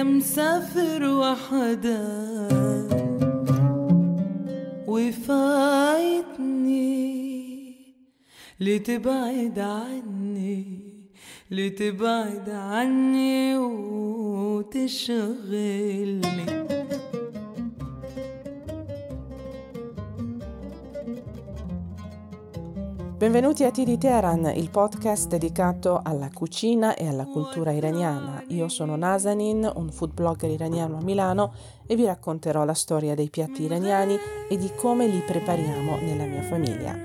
مسافر وحدا وفايتني لتبعد عني وتشغلني. Benvenuti a Tea di Teheran, il podcast dedicato alla cucina e alla cultura iraniana. Io sono Nazanin, un food blogger iraniano a Milano e vi racconterò la storia dei piatti iraniani e di come li prepariamo nella mia famiglia.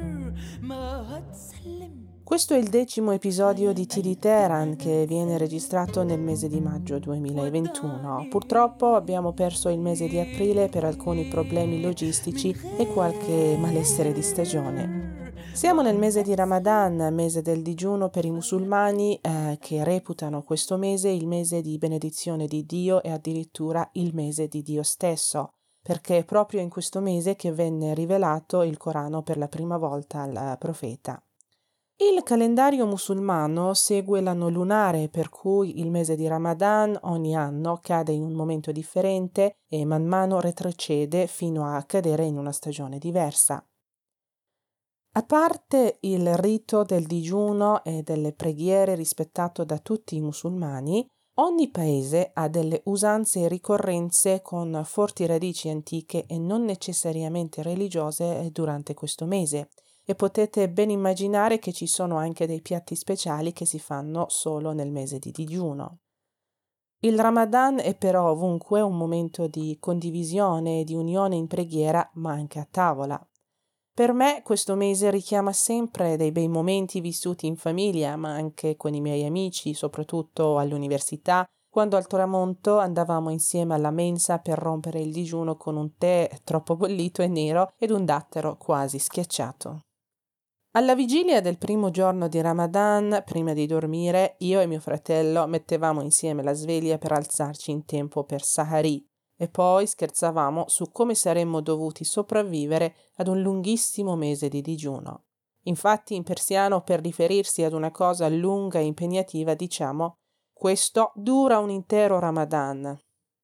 Questo è il 10° episodio di Tea di Teheran che viene registrato nel mese di maggio 2021. Purtroppo abbiamo perso il mese di aprile per alcuni problemi logistici e qualche malessere di stagione. Siamo nel mese di Ramadan, mese del digiuno per i musulmani che reputano questo mese il mese di benedizione di Dio e addirittura il mese di Dio stesso, perché è proprio in questo mese che venne rivelato il Corano per la prima volta al profeta. Il calendario musulmano segue l'anno lunare, per cui il mese di Ramadan ogni anno cade in un momento differente e man mano retrocede fino a cadere in una stagione diversa. A parte il rito del digiuno e delle preghiere rispettato da tutti i musulmani, ogni paese ha delle usanze e ricorrenze con forti radici antiche e non necessariamente religiose durante questo mese, e potete ben immaginare che ci sono anche dei piatti speciali che si fanno solo nel mese di digiuno. Il Ramadan è però ovunque un momento di condivisione e di unione in preghiera, ma anche a tavola. Per me questo mese richiama sempre dei bei momenti vissuti in famiglia, ma anche con i miei amici, soprattutto all'università, quando al tramonto andavamo insieme alla mensa per rompere il digiuno con un tè troppo bollito e nero ed un dattero quasi schiacciato. Alla vigilia del primo giorno di Ramadan, prima di dormire, io e mio fratello mettevamo insieme la sveglia per alzarci in tempo per Sahari, e poi scherzavamo su come saremmo dovuti sopravvivere ad un lunghissimo mese di digiuno. Infatti in persiano, per riferirsi ad una cosa lunga e impegnativa, diciamo «questo dura un intero Ramadan».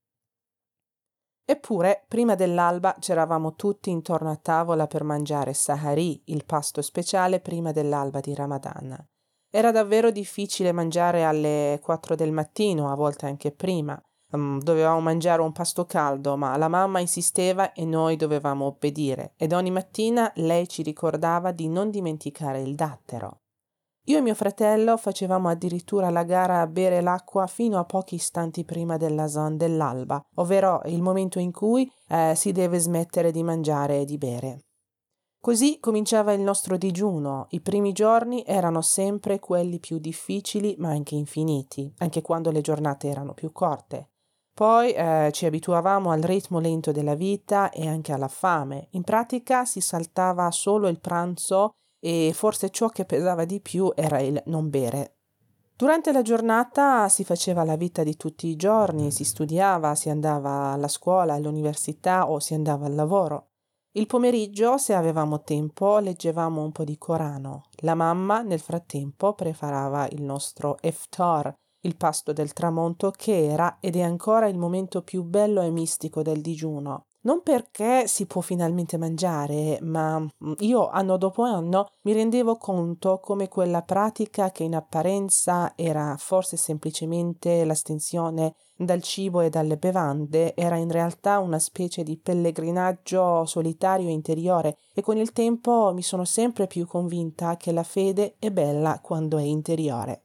Eppure, prima dell'alba c'eravamo tutti intorno a tavola per mangiare Sahari, il pasto speciale prima dell'alba di Ramadan. Era davvero difficile mangiare alle 4 del mattino, a volte anche prima. Dovevamo mangiare un pasto caldo, ma la mamma insisteva e noi dovevamo obbedire, ed ogni mattina lei ci ricordava di non dimenticare il dattero. Io e mio fratello facevamo addirittura la gara a bere l'acqua fino a pochi istanti prima dell'azan dell'alba, ovvero il momento in cui si deve smettere di mangiare e di bere. Così cominciava il nostro digiuno. I primi giorni erano sempre quelli più difficili, ma anche infiniti, anche quando le giornate erano più corte. Poi ci abituavamo al ritmo lento della vita e anche alla fame. In pratica si saltava solo il pranzo e forse ciò che pesava di più era il non bere. Durante la giornata si faceva la vita di tutti i giorni, si studiava, si andava alla scuola, all'università o si andava al lavoro. Il pomeriggio, se avevamo tempo, leggevamo un po' di Corano. La mamma, nel frattempo, preparava il nostro iftar, il pasto del tramonto, che era ed è ancora il momento più bello e mistico del digiuno. Non perché si può finalmente mangiare, ma io anno dopo anno mi rendevo conto come quella pratica, che in apparenza era forse semplicemente l'astensione dal cibo e dalle bevande, era in realtà una specie di pellegrinaggio solitario e interiore, e con il tempo mi sono sempre più convinta che la fede è bella quando è interiore.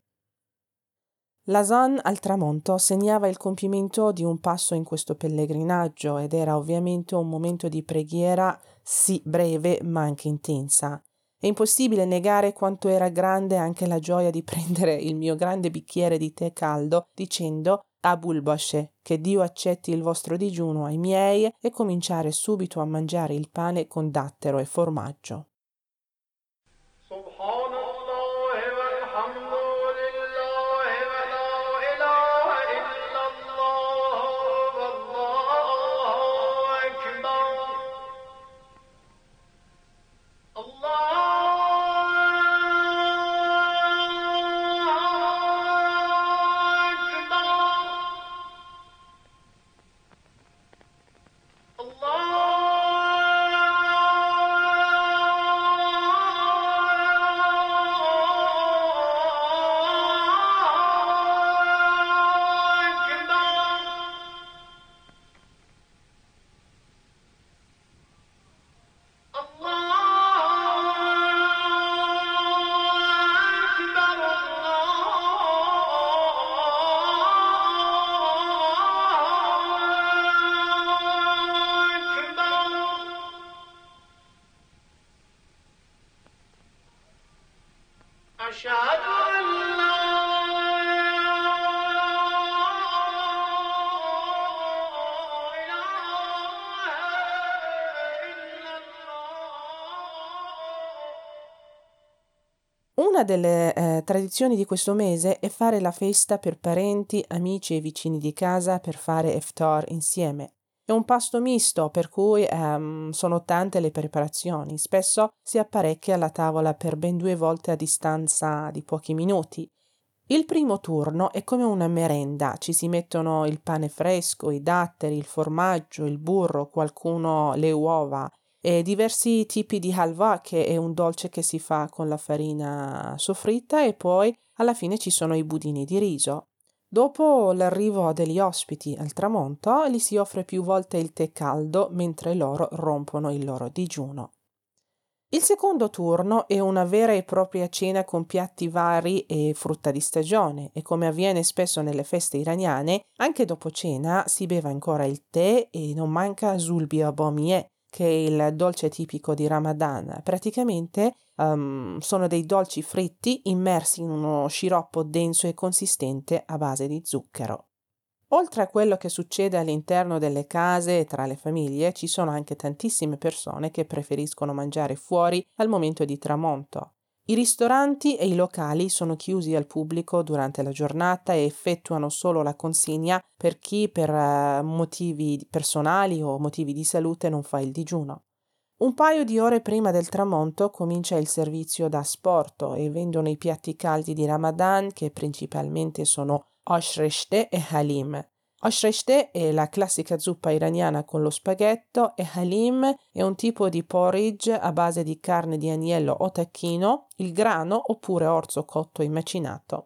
L'azan al tramonto segnava il compimento di un passo in questo pellegrinaggio ed era ovviamente un momento di preghiera, sì breve ma anche intensa. È impossibile negare quanto era grande anche la gioia di prendere il mio grande bicchiere di tè caldo dicendo Abul Bashe, che Dio accetti il vostro digiuno ai miei, e cominciare subito a mangiare il pane con dattero e formaggio. Una delle tradizioni di questo mese è fare la festa per parenti, amici e vicini di casa per fare iftar insieme. È un pasto misto, per cui sono tante le preparazioni. Spesso si apparecchia la tavola per ben 2 volte a distanza di pochi minuti. Il primo turno è come una merenda, ci si mettono il pane fresco, i datteri, il formaggio, il burro, qualcuno le uova e diversi tipi di halva, che è un dolce che si fa con la farina soffritta, e poi alla fine ci sono i budini di riso. Dopo l'arrivo degli ospiti al tramonto, gli si offre più volte il tè caldo mentre loro rompono il loro digiuno. Il secondo turno è una vera e propria cena con piatti vari e frutta di stagione, e come avviene spesso nelle feste iraniane, anche dopo cena si beve ancora il tè e non manca zulbia bomie, che è il dolce tipico di Ramadan. Praticamente sono dei dolci fritti immersi in uno sciroppo denso e consistente a base di zucchero. Oltre a quello che succede all'interno delle case e tra le famiglie, ci sono anche tantissime persone che preferiscono mangiare fuori al momento di tramonto. I ristoranti e i locali sono chiusi al pubblico durante la giornata e effettuano solo la consegna per chi per motivi personali o motivi di salute non fa il digiuno. Un paio di ore prima del tramonto comincia il servizio da asporto e vendono i piatti caldi di Ramadan, che principalmente sono osh reshteh e halim. Osh reshteh è la classica zuppa iraniana con lo spaghetto e halim è un tipo di porridge a base di carne di agnello o tacchino, il grano oppure orzo cotto e macinato.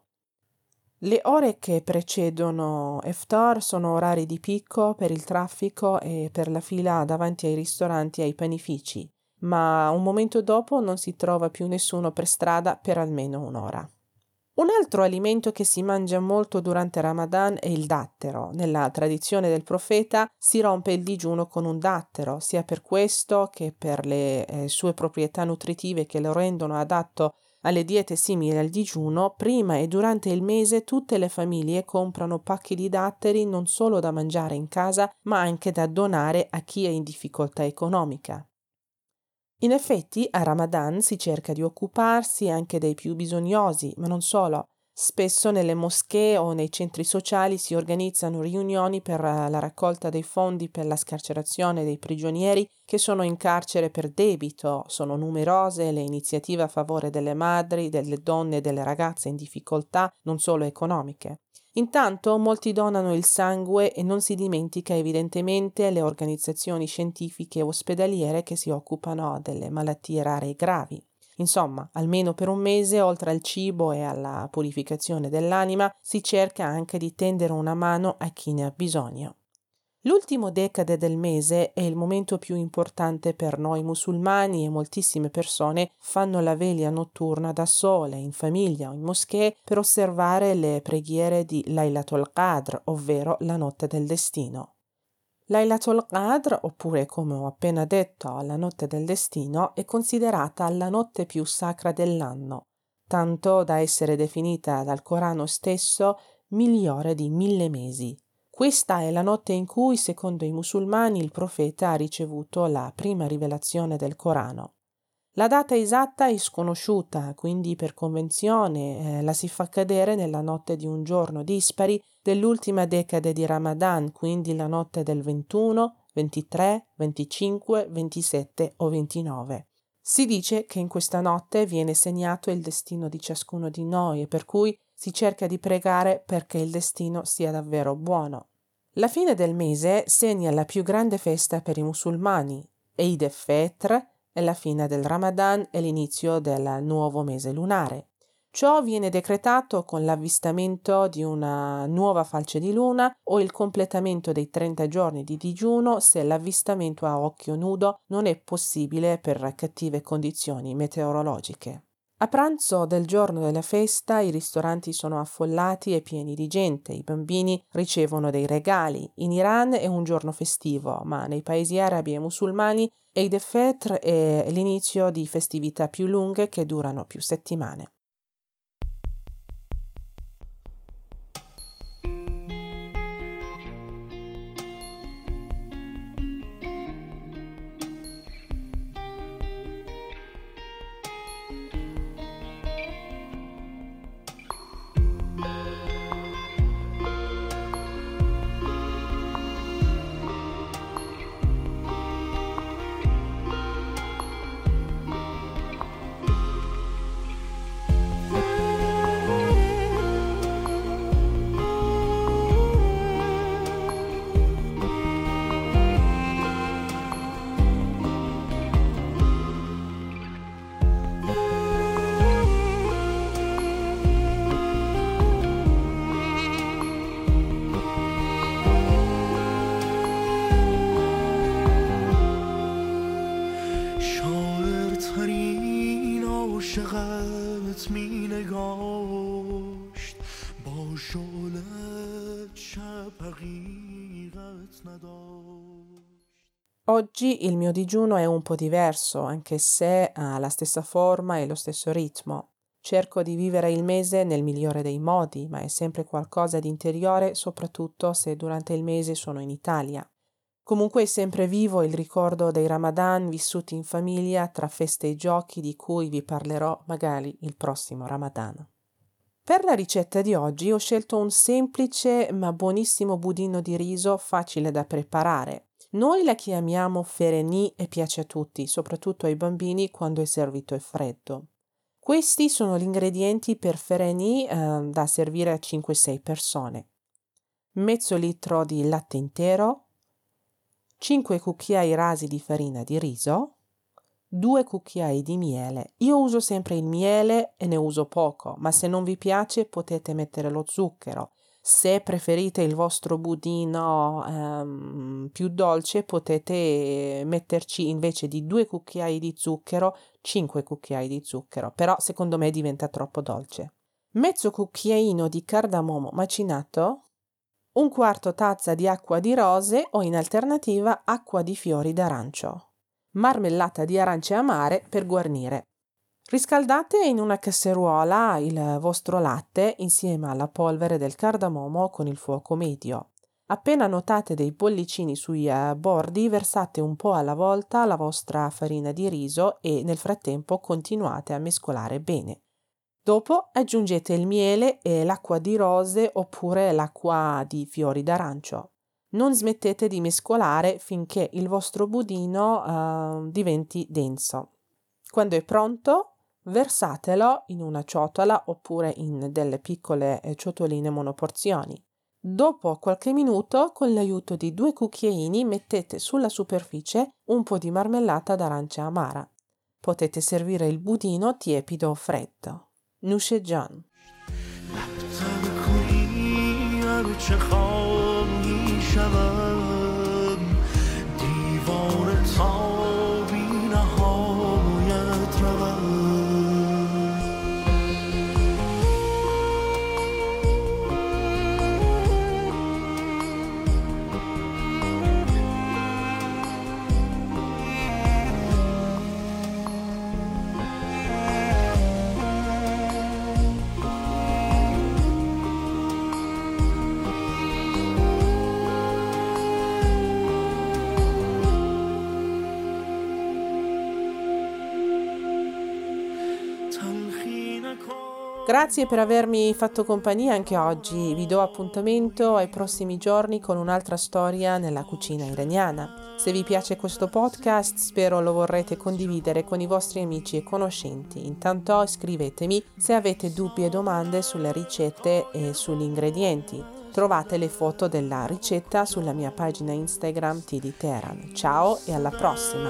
Le ore che precedono iftar sono orari di picco per il traffico e per la fila davanti ai ristoranti e ai panifici, ma un momento dopo non si trova più nessuno per strada per almeno un'ora. Un altro alimento che si mangia molto durante Ramadan è il dattero. Nella tradizione del profeta si rompe il digiuno con un dattero, sia per questo che per le sue proprietà nutritive che lo rendono adatto alle diete simili al digiuno. Prima e durante il mese tutte le famiglie comprano pacchi di datteri non solo da mangiare in casa, ma anche da donare a chi è in difficoltà economica. In effetti, a Ramadan si cerca di occuparsi anche dei più bisognosi, ma non solo. Spesso nelle moschee o nei centri sociali si organizzano riunioni per la raccolta dei fondi per la scarcerazione dei prigionieri che sono in carcere per debito. Sono numerose le iniziative a favore delle madri, delle donne e delle ragazze in difficoltà, non solo economiche. Intanto molti donano il sangue e non si dimentica evidentemente le organizzazioni scientifiche e ospedaliere che si occupano delle malattie rare e gravi. Insomma, almeno per un mese, oltre al cibo e alla purificazione dell'anima, si cerca anche di tendere una mano a chi ne ha bisogno. L'ultimo decade del mese è il momento più importante per noi musulmani e moltissime persone fanno la veglia notturna da sole, in famiglia o in moschee per osservare le preghiere di Laylatul Qadr, ovvero la notte del destino. Laylatul Qadr, oppure come ho appena detto, la notte del destino, è considerata la notte più sacra dell'anno, tanto da essere definita dal Corano stesso migliore di 1000 mesi. Questa è la notte in cui, secondo i musulmani, il profeta ha ricevuto la prima rivelazione del Corano. La data esatta è sconosciuta, quindi per convenzione la si fa cadere nella notte di un giorno dispari dell'ultima decade di Ramadan, quindi la notte del 21, 23, 25, 27 o 29. Si dice che in questa notte viene segnato il destino di ciascuno di noi e per cui si cerca di pregare perché il destino sia davvero buono. La fine del mese segna la più grande festa per i musulmani, Eid el-Fitr, è la fine del Ramadan e l'inizio del nuovo mese lunare. Ciò viene decretato con l'avvistamento di una nuova falce di luna o il completamento dei 30 giorni di digiuno se l'avvistamento a occhio nudo non è possibile per cattive condizioni meteorologiche. A pranzo del giorno della festa i ristoranti sono affollati e pieni di gente, i bambini ricevono dei regali. In Iran è un giorno festivo, ma nei paesi arabi e musulmani Eid el-Fitr è l'inizio di festività più lunghe che durano più settimane. شاعر ترین عاشقت می نگاشت با شعلت شب حقیقت نداشت. Oggi il mio digiuno è un po' diverso, anche se ha la stessa forma e lo stesso ritmo. Cerco di vivere il mese nel migliore dei modi, ma è sempre qualcosa di interiore, soprattutto se durante il mese sono in Italia. Comunque è sempre vivo il ricordo dei Ramadan vissuti in famiglia tra feste e giochi di cui vi parlerò magari il prossimo Ramadan. Per la ricetta di oggi ho scelto un semplice ma buonissimo budino di riso facile da preparare. Noi la chiamiamo fereni e piace a tutti, soprattutto ai bambini quando è servito e freddo. Questi sono gli ingredienti per fereni da servire a 5-6 persone. Mezzo litro di latte intero, 5 cucchiai rasi di farina di riso, 2 cucchiai di miele. Io uso sempre il miele e ne uso poco, ma se non vi piace potete mettere lo zucchero. Se preferite il vostro budino più dolce potete metterci invece di 2 cucchiai di zucchero 5 cucchiai di zucchero, però secondo me diventa troppo dolce. Mezzo cucchiaino di cardamomo macinato, 1/4 tazza di acqua di rose o in alternativa acqua di fiori d'arancio, marmellata di arance amare per guarnire. Riscaldate in una casseruola il vostro latte insieme alla polvere del cardamomo con il fuoco medio. Appena notate dei bollicini sui bordi, versate un po' alla volta la vostra farina di riso e nel frattempo continuate a mescolare bene. Dopo aggiungete il miele e l'acqua di rose oppure l'acqua di fiori d'arancio. Non smettete di mescolare finché il vostro budino diventi denso. Quando è pronto, versatelo in una ciotola oppure in delle piccole ciotoline monoporzioni. Dopo qualche minuto, con l'aiuto di 2 cucchiaini, mettete sulla superficie un po' di marmellata d'arancia amara. Potete servire il budino tiepido o freddo. Nushe Jan. Grazie per avermi fatto compagnia anche oggi. Vi do appuntamento ai prossimi giorni con un'altra storia nella cucina iraniana. Se vi piace questo podcast, spero lo vorrete condividere con i vostri amici e conoscenti. Intanto scrivetemi se avete dubbi e domande sulle ricette e sugli ingredienti. Trovate le foto della ricetta sulla mia pagina Instagram TD Teheran. Ciao e alla prossima!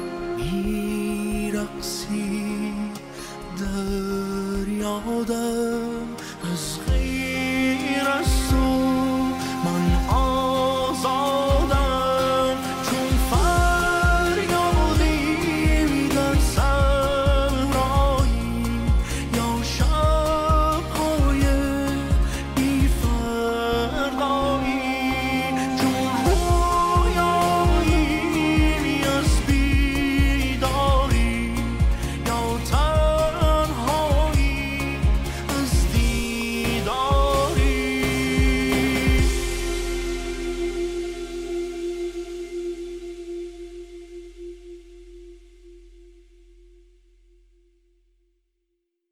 رقصی دریا